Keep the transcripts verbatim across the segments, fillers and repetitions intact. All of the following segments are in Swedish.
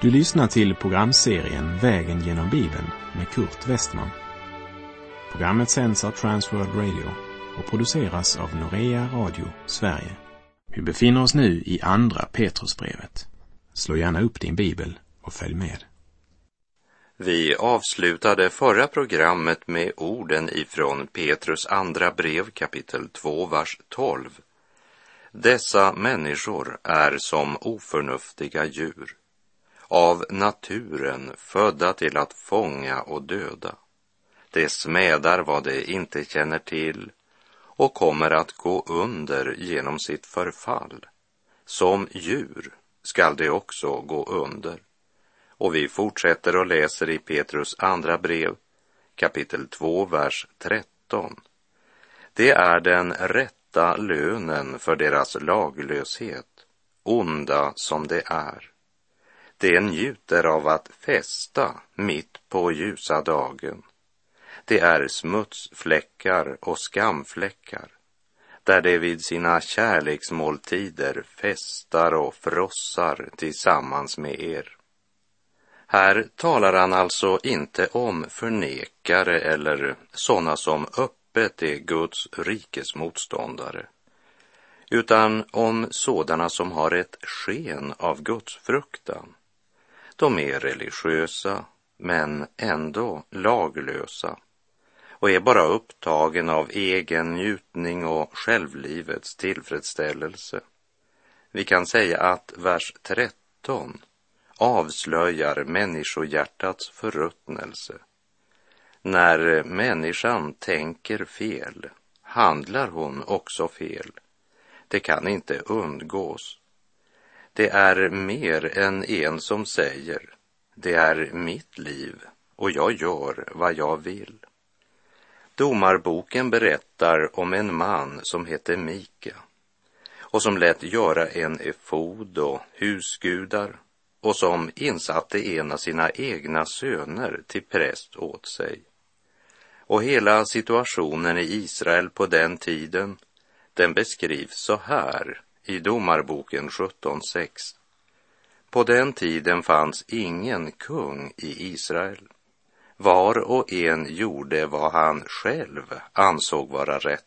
Du lyssnar till programserien Vägen genom Bibeln med Kurt Westman. Programmet sänds av Transworld Radio och produceras av Norea Radio Sverige. Vi befinner oss nu i andra Petrusbrevet. Slå gärna upp din bibel och följ med. Vi avslutade förra programmet med orden ifrån Petrus andra brev kapitel två, vers tolv. Dessa människor är som oförnuftiga djur, av naturen födda till att fånga och döda. De smädar vad de inte känner till och kommer att gå under genom sitt förfall. Som djur skall de också gå under. Och vi fortsätter och läser i Petrus andra brev, kapitel två, vers tretton. Det är den rätta lönen för deras laglöshet, onda som det är. De njuter av att festa mitt på ljusa dagen. Det är smutsfläckar och skamfläckar, där de vid sina kärleksmåltider festar och frossar tillsammans med er. Här talar han alltså inte om förnekare eller sådana som öppet är Guds rikes motståndare, utan om sådana som har ett sken av Guds fruktan. De är religiösa, men ändå laglösa, och är bara upptagen av egen njutning och självlivets tillfredsställelse. Vi kan säga att vers tretton avslöjar människohjärtats förruttnelse. När människan tänker fel, handlar hon också fel. Det kan inte undgås. Det är mer än en som säger, det är mitt liv och jag gör vad jag vill. Domarboken berättar om en man som hette Mika och som lät göra en efod och husgudar och som insatte en av sina egna söner till präst åt sig. Och hela situationen i Israel på den tiden, den beskrivs så här i Domarboken sjutton sex. På den tiden fanns ingen kung i Israel. Var och en gjorde vad han själv ansåg vara rätt.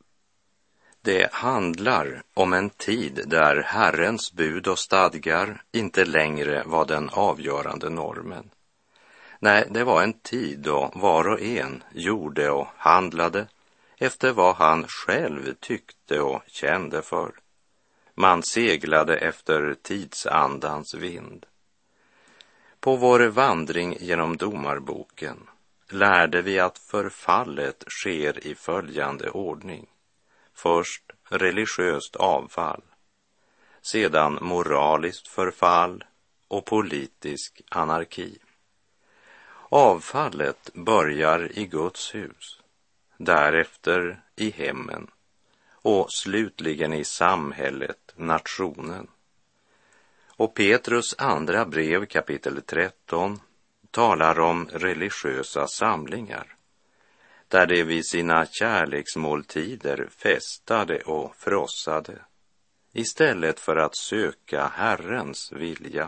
Det handlar om en tid där Herrens bud och stadgar inte längre var den avgörande normen. Nej, det var en tid då var och en gjorde och handlade efter vad han själv tyckte och kände för. Man seglade efter tidsandans vind. På vår vandring genom Domarboken lärde vi att förfallet sker i följande ordning. Först religiöst avfall, sedan moraliskt förfall och politisk anarki. Avfallet börjar i Guds hus, därefter i hemmen och slutligen i samhället, nationen. Och Petrus andra brev kapitel tretton talar om religiösa samlingar, där de vid sina kärleksmåltider festade och frossade, istället för att söka Herrens vilja.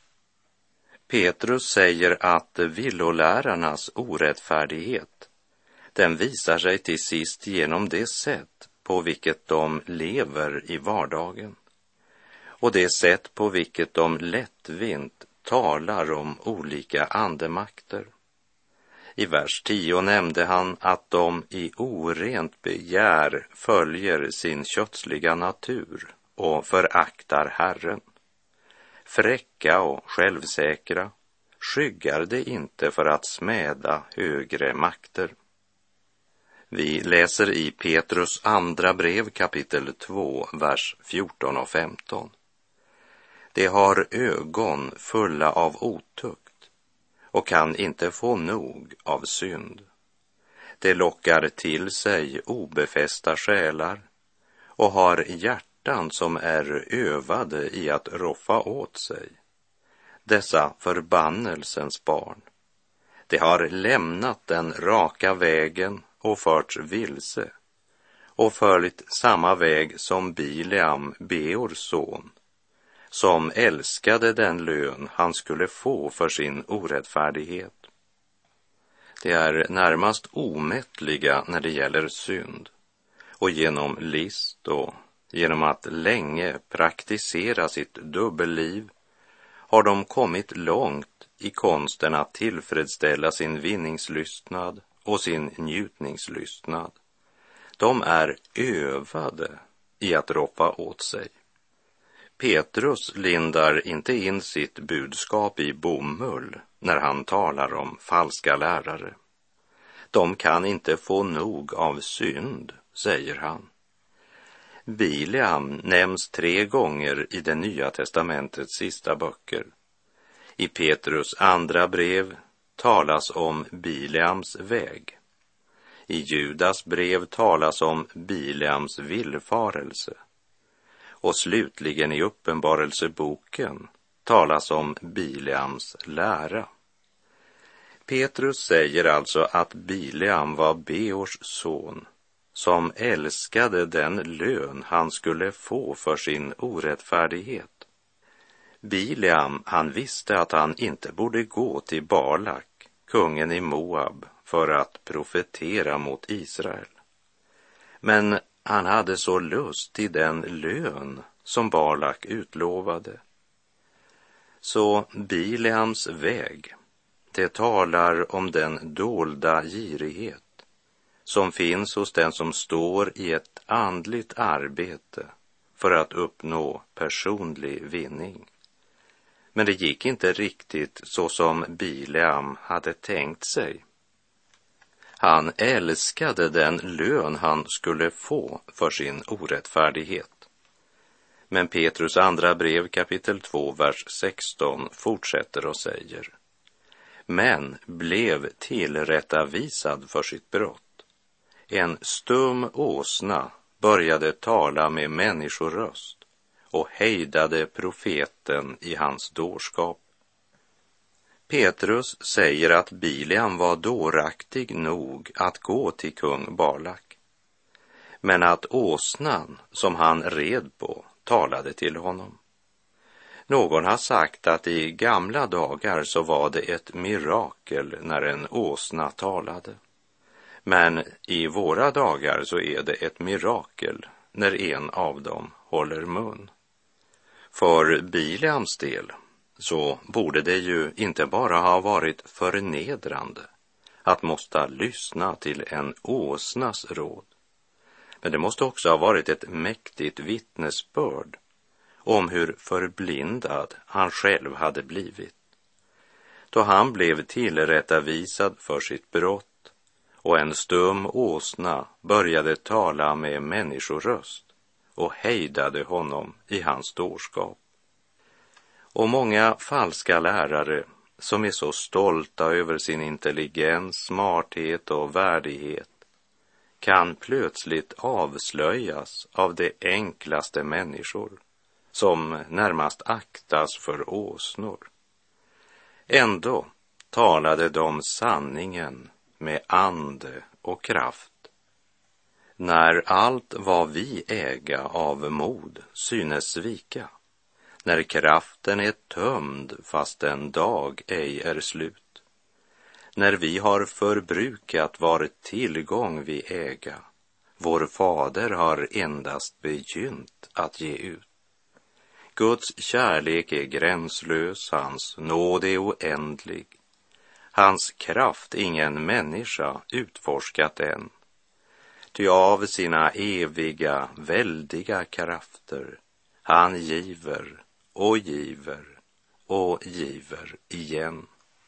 Petrus säger att villolärarnas orättfärdighet, den visar sig till sist genom det sätt på vilket de lever i vardagen och det sätt på vilket de lättvint talar om olika andemakter. I vers tio nämnde han att de i orent begär följer sin kötsliga natur och föraktar Herren. Fräcka och självsäkra, skyggar det inte för att smäda högre makter. Vi läser i Petrus andra brev kapitel två, vers fjorton och femton. De har ögon fulla av otukt och kan inte få nog av synd. De lockar till sig obefästa själar och har hjärtan som är övade i att roffa åt sig. Dessa förbannelsens barn, de har lämnat den raka vägen och förts vilse och följt samma väg som Bileam, Beors son, som älskade den lön han skulle få för sin orättfärdighet. De är närmast omättliga när det gäller synd, och genom list och genom att länge praktisera sitt dubbelliv har de kommit långt i konsten att tillfredsställa sin vinningslystnad och sin njutningslystnad. De är övade i att roffa åt sig. Petrus lindar inte in sitt budskap i bomull när han talar om falska lärare. De kan inte få nog av synd, säger han. Bileam nämns tre gånger i det Nya testamentets sista böcker. I Petrus andra brev talas om Bileams väg. I Judas brev talas om Bileams villfarelse. Och slutligen i Uppenbarelseboken talas om Bileams lära. Petrus säger alltså att Bileam var Beors son, som älskade den lön han skulle få för sin orättfärdighet. Bileam, han visste att han inte borde gå till Balak, kungen i Moab, för att profetera mot Israel. Men han hade så lust i den lön som Balak utlovade. Så Bileams väg, det talar om den dolda girighet som finns hos den som står i ett andligt arbete för att uppnå personlig vinning. Men det gick inte riktigt så som Bileam hade tänkt sig. Han älskade den lön han skulle få för sin orättfärdighet. Men Petrus andra brev kapitel två, vers sexton fortsätter och säger: men blev tillrättavisad för sitt brott. En stum åsna började tala med människoröst och hejdade profeten i hans dårskap. Petrus säger att Bileam var dåraktig nog att gå till kung Balak, men att åsnan som han red på talade till honom. Någon har sagt att i gamla dagar så var det ett mirakel när en åsna talade. Men i våra dagar så är det ett mirakel när en av dem håller mun. För Bileams del så borde det ju inte bara ha varit förnedrande att måste lyssna till en åsnas råd, men det måste också ha varit ett mäktigt vittnesbörd om hur förblindad han själv hade blivit, då han blev tillrättavisad för sitt brott och en stum åsna började tala med människoröst och hejdade honom i hans dårskap. Och många falska lärare som är så stolta över sin intelligens, smarthet och värdighet kan plötsligt avslöjas av de enklaste människor som närmast aktas för åsnor. Ändå talade de sanningen med ande och kraft. När allt vad vi äga av mod synes svika, när kraften är tömd fast en dag ej är slut, när vi har förbrukat var tillgång vi äga, vår fader har endast begynt att ge ut. Guds kärlek är gränslös, hans nåd är oändlig. Hans kraft ingen människa utforskat än. Ty av sina eviga, väldiga krafter han giver och giver och giver igen.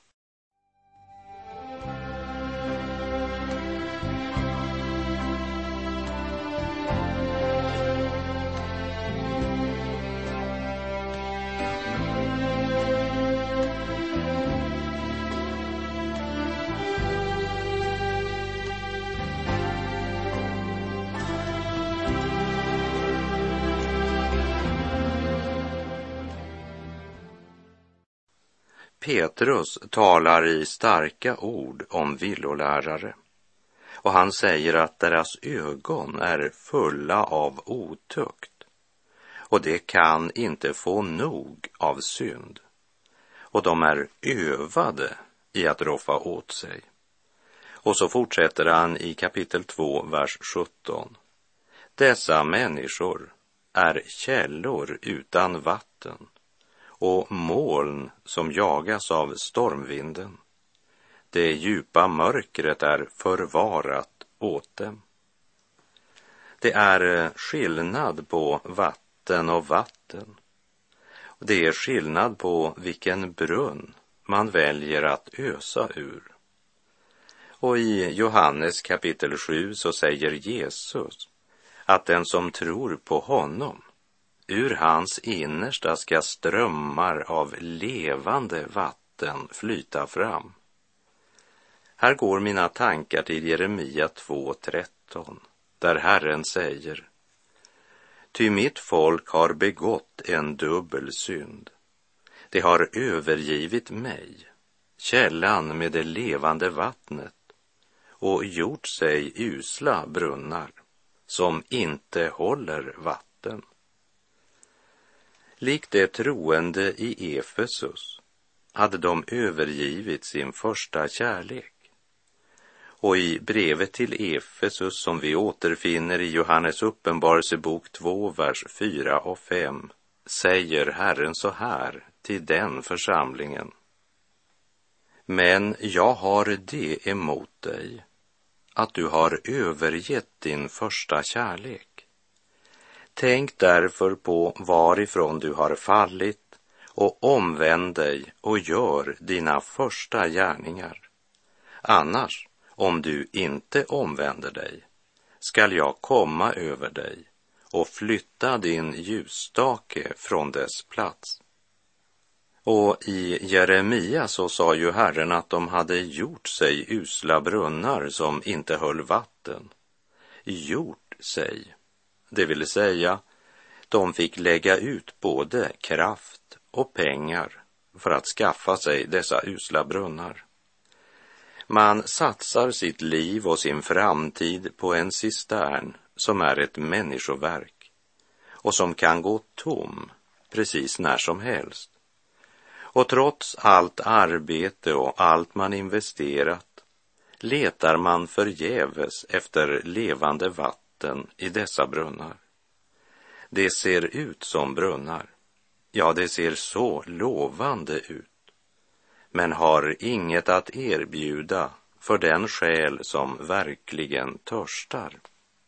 Petrus talar i starka ord om villolärare, och han säger att deras ögon är fulla av otukt och det kan inte få nog av synd. Och de är övade i att roffa åt sig. Och så fortsätter han i kapitel två, vers sjutton. Dessa människor är källor utan vatten och moln som jagas av stormvinden. Det djupa mörkret är förvarat åt dem. Det är skillnad på vatten och vatten. Det är skillnad på vilken brunn man väljer att ösa ur. Och i Johannes kapitel sju så säger Jesus att den som tror på honom, ur hans innersta ska strömmar av levande vatten flyta fram. Här går mina tankar till Jeremia två tretton, där Herren säger: Ty mitt folk har begått en dubbel synd. Det har övergivit mig, källan med det levande vattnet, och gjort sig usla brunnar som inte håller vatten. Likt det troende i Efesus hade de övergivit sin första kärlek. Och i brevet till Efesus som vi återfinner i Johannes uppenbarelsebok två, vers fyra och fem, säger Herren så här till den församlingen: Men jag har det emot dig, att du har övergett din första kärlek. Tänk därför på varifrån du har fallit och omvänd dig och gör dina första gärningar. Annars, om du inte omvänder dig, skall jag komma över dig och flytta din ljusstake från dess plats. Och i Jeremia så sa ju Herren att de hade gjort sig usla brunnar som inte höll vatten. Gjort sig, det vill säga, de fick lägga ut både kraft och pengar för att skaffa sig dessa usla brunnar. Man satsar sitt liv och sin framtid på en cistern som är ett människoverk och som kan gå tom precis när som helst. Och trots allt arbete och allt man investerat letar man förgäves efter levande vatten i dessa brunnar. Det ser ut som brunnar. Ja, det ser så lovande ut. Men har inget att erbjuda för den själ som verkligen törstar.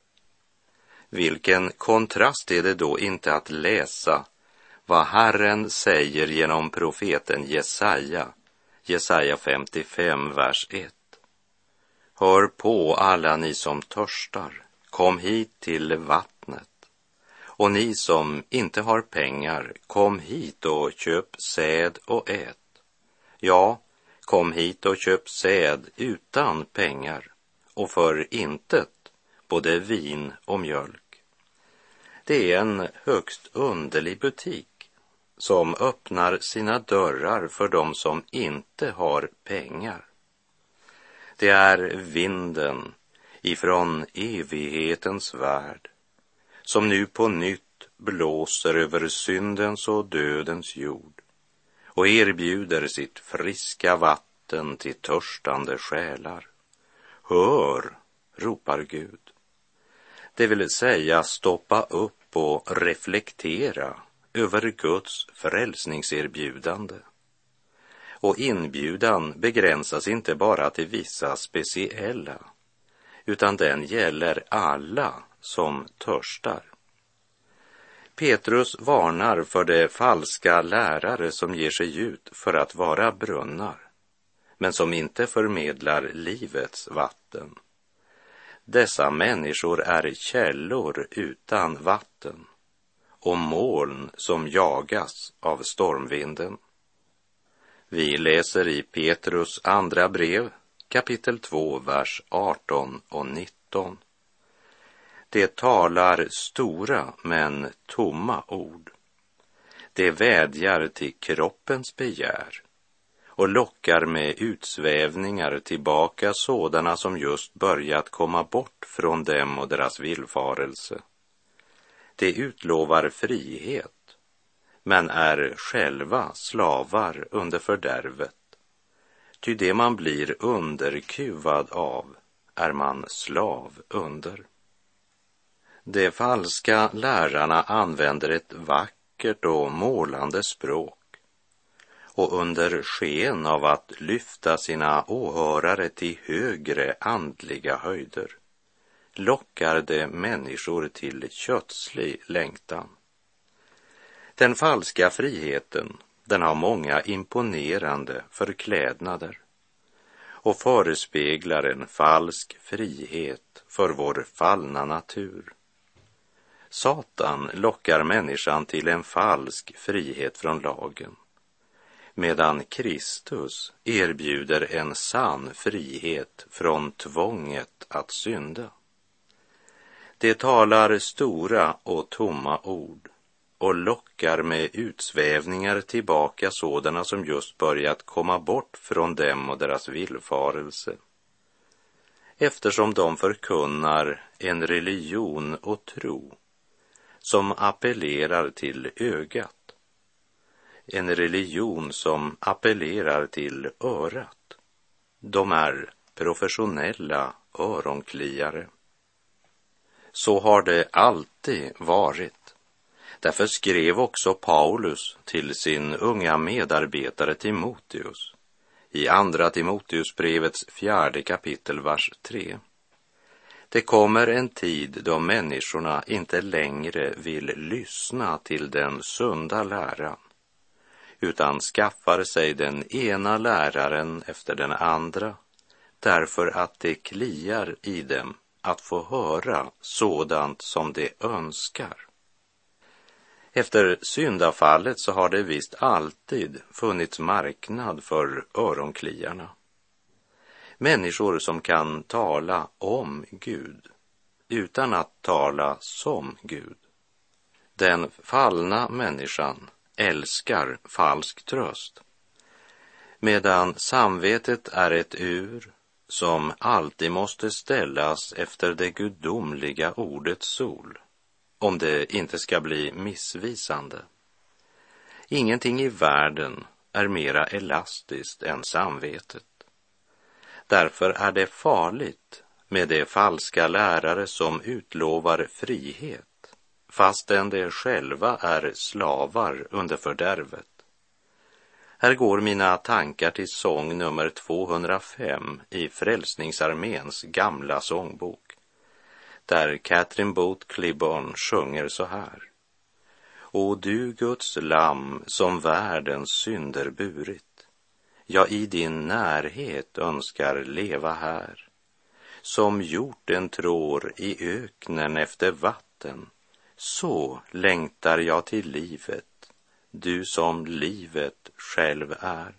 Vilken kontrast är det då inte att läsa vad Herren säger genom profeten Jesaja, Jesaja femtiofem, vers ett. Hör på alla ni som törstar, kom hit till vattnet. Och ni som inte har pengar, kom hit och köp säd och ät. Ja, kom hit och köp säd utan pengar och för intet både vin och mjölk. Det är en högst underlig butik som öppnar sina dörrar för dem som inte har pengar. Det är vinden ifrån evighetens värld som nu på nytt blåser över syndens och dödens jord och erbjuder sitt friska vatten till törstande själar. Hör, ropar Gud. Det vill säga stoppa upp och reflektera över Guds frälsningserbjudande. Och inbjudan begränsas inte bara till vissa speciella, utan den gäller alla som törstar. Petrus varnar för de falska lärare som ger sig ut för att vara brunnar, men som inte förmedlar livets vatten. Dessa människor är källor utan vatten och moln som jagas av stormvinden. Vi läser i Petrus andra brev, kapitel två, vers arton och nitton. Det talar stora men tomma ord. Det vädjar till kroppens begär och lockar med utsvävningar tillbaka sådana som just börjat komma bort från dem och deras villfarelse. De utlovar frihet, men är själva slavar under fördärvet. Ty det man blir underkuvad av är man slav under. De falska lärarna använder ett vackert och målande språk, och under sken av att lyfta sina åhörare till högre andliga höjder lockar de människor till kötslig längtan. Den falska friheten, den har många imponerande förklädnader och förespeglar en falsk frihet för vår fallna natur. Satan lockar människan till en falsk frihet från lagen, medan Kristus erbjuder en sann frihet från tvånget att synda. Det talar stora och tomma ord och lockar med utsvävningar tillbaka sådana som just börjat komma bort från dem och deras villfarelse, eftersom de förkunnar en religion och tro som appellerar till ögat, en religion som appellerar till örat. De är professionella öronkliare. Så har det alltid varit. Därför skrev också Paulus till sin unga medarbetare Timoteus i andra Timoteusbrevets fjärde kapitel, vers tre. Det kommer en tid då människorna inte längre vill lyssna till den sunda läran, utan skaffar sig den ena läraren efter den andra, därför att det kliar i dem att få höra sådant som de önskar. Efter syndafallet så har det visst alltid funnits marknad för öronkliarna. Människor som kan tala om Gud utan att tala som Gud. Den fallna människan älskar falsk tröst, medan samvetet är ett ur som alltid måste ställas efter det gudomliga ordets sol, om det inte ska bli missvisande. Ingenting i världen är mera elastiskt än samvetet. Därför är det farligt med de falska lärare som utlovar frihet, fastän de själva är slavar under fördärvet. Här går mina tankar till sång nummer tvåhundrafem i Frälsningsarméns gamla sångbok, där Catherine Booth Clibborn sjunger så här: O du Guds lamm som världens synder burit, jag i din närhet önskar leva här. Som hjorten trår i öknen efter vatten, så längtar jag till livet, du som livet själv är.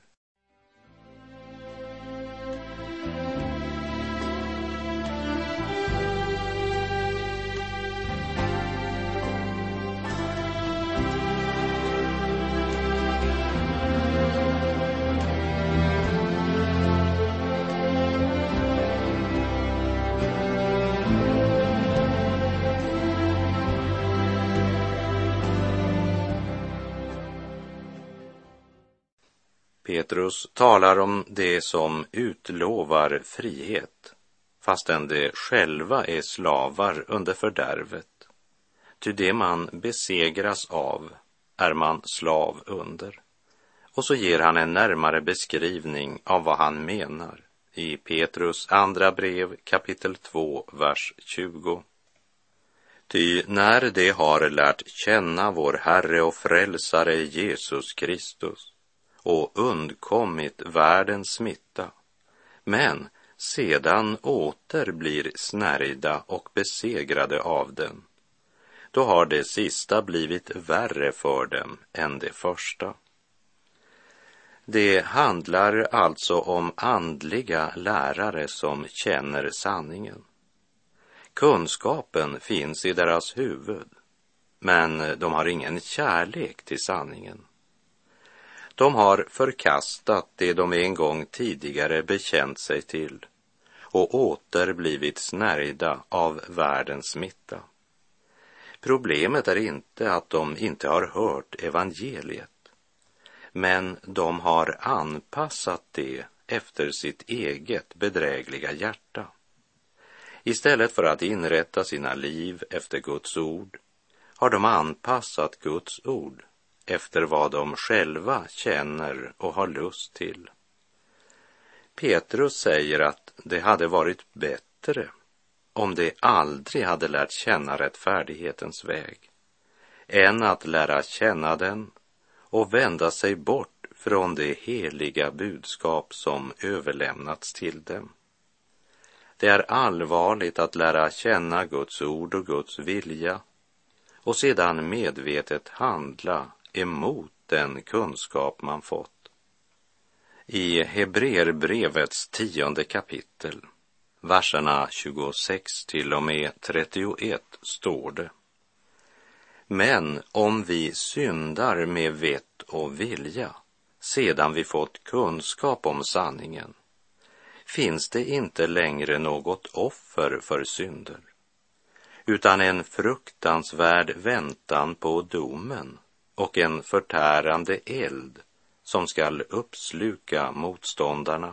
Petrus talar om det som utlovar frihet, fastän de själva är slavar under fördärvet. Ty det man besegras av är man slav under. Och så ger han en närmare beskrivning av vad han menar i Petrus andra brev kapitel två, vers tjugo. Ty när de har lärt känna vår Herre och Frälsare Jesus Kristus och undkommit världens smitta, men sedan åter blir snärjda och besegrade av den, då har det sista blivit värre för dem än det första. Det handlar alltså om andliga lärare som känner sanningen. Kunskapen finns i deras huvud, men de har ingen kärlek till sanningen. De har förkastat det de en gång tidigare bekänt sig till och åter blivit snärjda av världens smitta. Problemet är inte att de inte har hört evangeliet, men de har anpassat det efter sitt eget bedrägliga hjärta. Istället för att inrätta sina liv efter Guds ord har de anpassat Guds ord efter vad de själva känner och har lust till. Petrus säger att det hade varit bättre om de aldrig hade lärt känna rättfärdighetens väg, än att lära känna den och vända sig bort från det heliga budskap som överlämnats till dem. Det är allvarligt att lära känna Guds ord och Guds vilja och sedan medvetet handla emot den kunskap man fått. I Hebreerbrevets tionde kapitel, verserna tjugosex till och med trettioett står det: Men om vi syndar med vett och vilja, sedan vi fått kunskap om sanningen, finns det inte längre något offer för synder, utan en fruktansvärd väntan på domen och en förtärande eld som skall uppsluka motståndarna.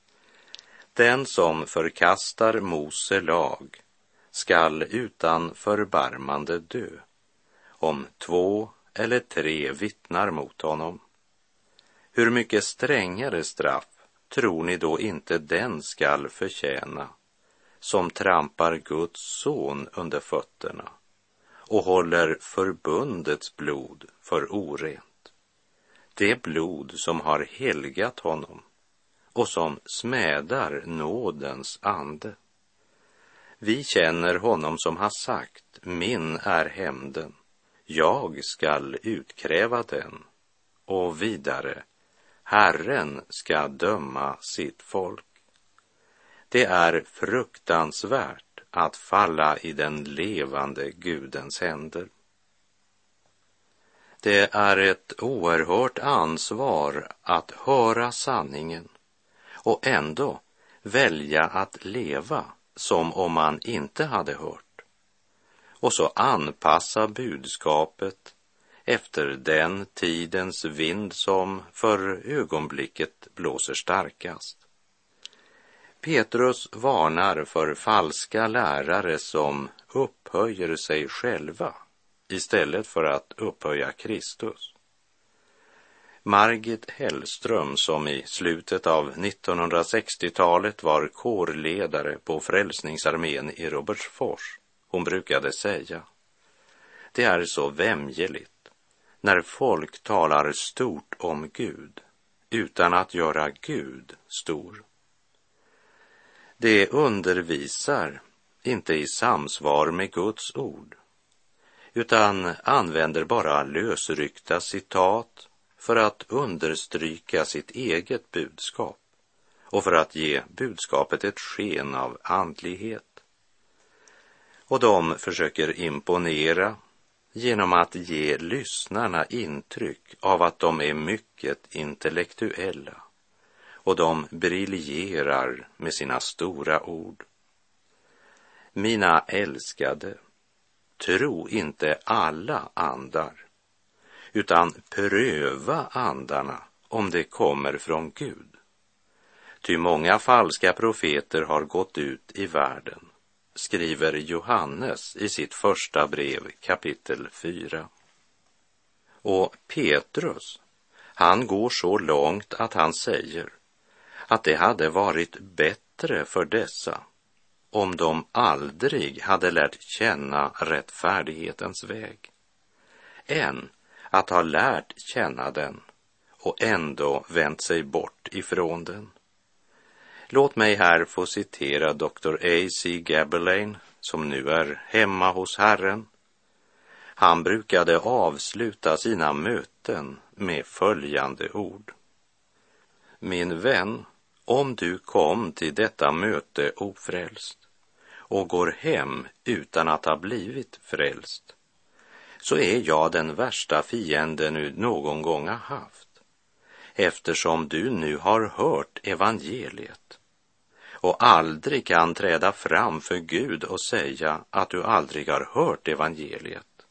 Den som förkastar Mose lag skall utan förbarmande dö, om två eller tre vittnar mot honom. Hur mycket strängare straff tror ni då inte den skall förtjäna som trampar Guds son under fötterna och håller förbundets blod för orent, det blod som har helgat honom och som smädar nådens ande? Vi känner honom som har sagt: min är hämnden, jag skall utkräva den. Och vidare: Herren ska döma sitt folk. Det är fruktansvärt att falla i den levande Gudens händer. Det är ett oerhört ansvar att höra sanningen och ändå välja att leva som om man inte hade hört, och så anpassa budskapet efter den tidens vind som för ögonblicket blåser starkast. Petrus varnar för falska lärare som upphöjer sig själva istället för att upphöja Kristus. Margit Hellström, som i slutet av nittonhundrasextiotalet var kårledare på Frälsningsarmén i Robertsfors, hon brukade säga: det är så vämjeligt när folk talar stort om Gud utan att göra Gud stor. Det undervisar inte i samsvar med Guds ord, utan använder bara lösryckta citat för att understryka sitt eget budskap och för att ge budskapet ett sken av andlighet. Och de försöker imponera genom att ge lyssnarna intryck av att de är mycket intellektuella, och de briljerar med sina stora ord. Mina älskade, tro inte alla andar, utan pröva andarna om det kommer från Gud. Ty många falska profeter har gått ut i världen, skriver Johannes i sitt första brev kapitel fyra. Och Petrus, han går så långt att han säger att det hade varit bättre för dessa om de aldrig hade lärt känna rättfärdighetens väg, än att ha lärt känna den och ändå vänt sig bort ifrån den. Låt mig här få citera doktor A C Gaberlane, som nu är hemma hos Herren. Han brukade avsluta sina möten med följande ord: min vän, om du kom till detta möte ofrälst och går hem utan att ha blivit frälst, så är jag den värsta fienden du någon gång har haft, eftersom du nu har hört evangeliet och aldrig kan träda fram för Gud och säga att du aldrig har hört evangeliet.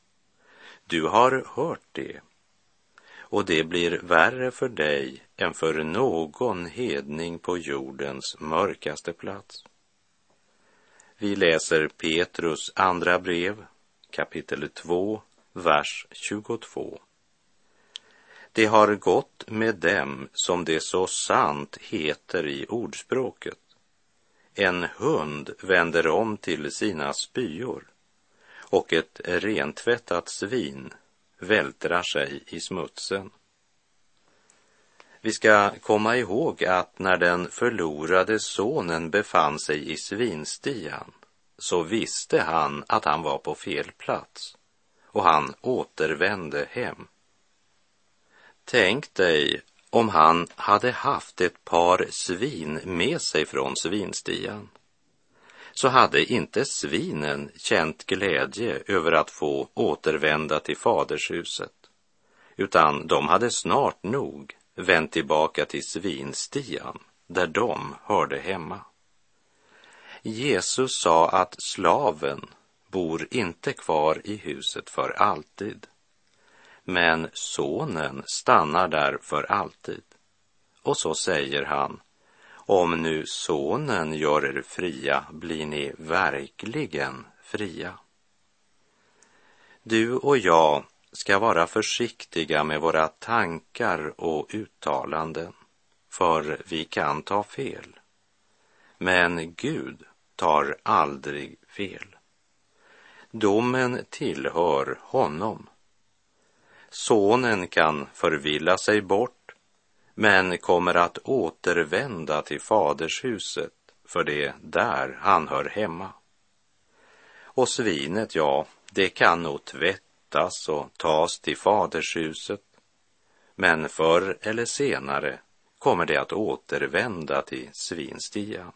Du har hört det, och det blir värre för dig än för någon hedning på jordens mörkaste plats. Vi läser Petrus andra brev, kapitel två, vers tjugotvå. Det har gått med dem som det så sant heter i ordspråket. En hund vänder om till sina spyor, och ett rentvättat svin vältrar sig i smutsen. Vi ska komma ihåg att när den förlorade sonen befann sig i svinstian, så visste han att han var på fel plats, och han återvände hem. Tänk dig om han hade haft ett par svin med sig från svinstian, så hade inte svinen känt glädje över att få återvända till fadershuset, utan de hade snart nog vänt tillbaka till svinstian där de hörde hemma. Jesus sa att slaven bor inte kvar i huset för alltid, men sonen stannar där för alltid. Och så säger han: om nu sonen gör er fria, blir ni verkligen fria. Du och jag ska vara försiktiga med våra tankar och uttalanden, för vi kan ta fel. Men Gud tar aldrig fel. Domen tillhör honom. Sonen kan förvilla sig bort, men kommer att återvända till fadershuset, för det är där han hör hemma. Och svinet, ja, det kan nog tvättas och tas till fadershuset, men förr eller senare kommer det att återvända till svinstian.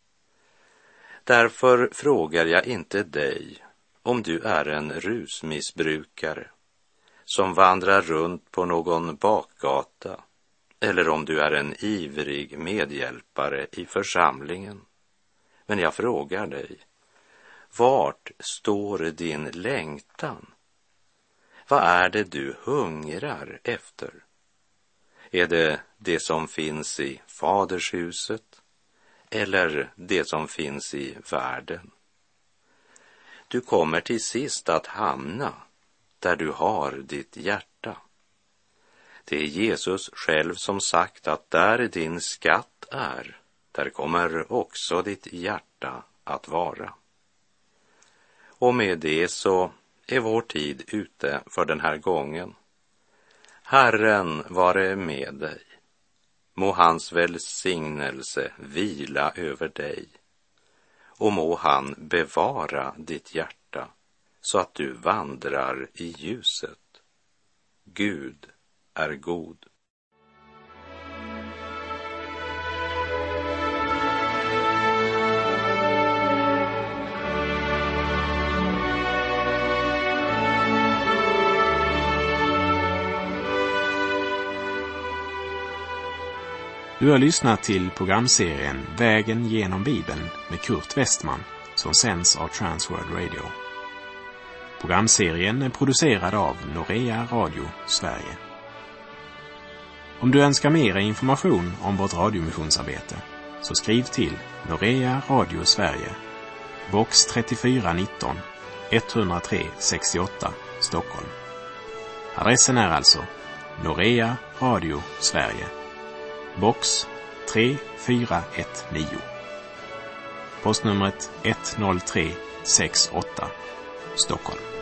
Därför frågar jag inte dig om du är en rusmissbrukare som vandrar runt på någon bakgata, eller om du är en ivrig medhjälpare i församlingen. Men jag frågar dig, vart står din längtan? Vad är det du hungrar efter? Är det det som finns i fadershuset, eller det som finns i världen? Du kommer till sist att hamna där du har ditt hjärta. Det är Jesus själv som sagt att där din skatt är, där kommer också ditt hjärta att vara. Och med det så är vår tid ute för den här gången. Herren vare med dig. Må hans välsignelse vila över dig, och må han bevara ditt hjärta så att du vandrar i ljuset. Gud är god. Du har lyssnat till programserien Vägen genom Bibeln med Kurt Westman, som sänds av Transworld Radio. Programserien är producerad av Norea Radio Sverige. Om du önskar mer information om vårt radiomissionsarbete, så skriv till Norea Radio Sverige, box trettiofyra nitton, etthundratre sextioåtta, Stockholm. Adressen är alltså Norea Radio Sverige, box tre fyra ett nio. Postnumret ett noll tre sex åtta, Stockholm.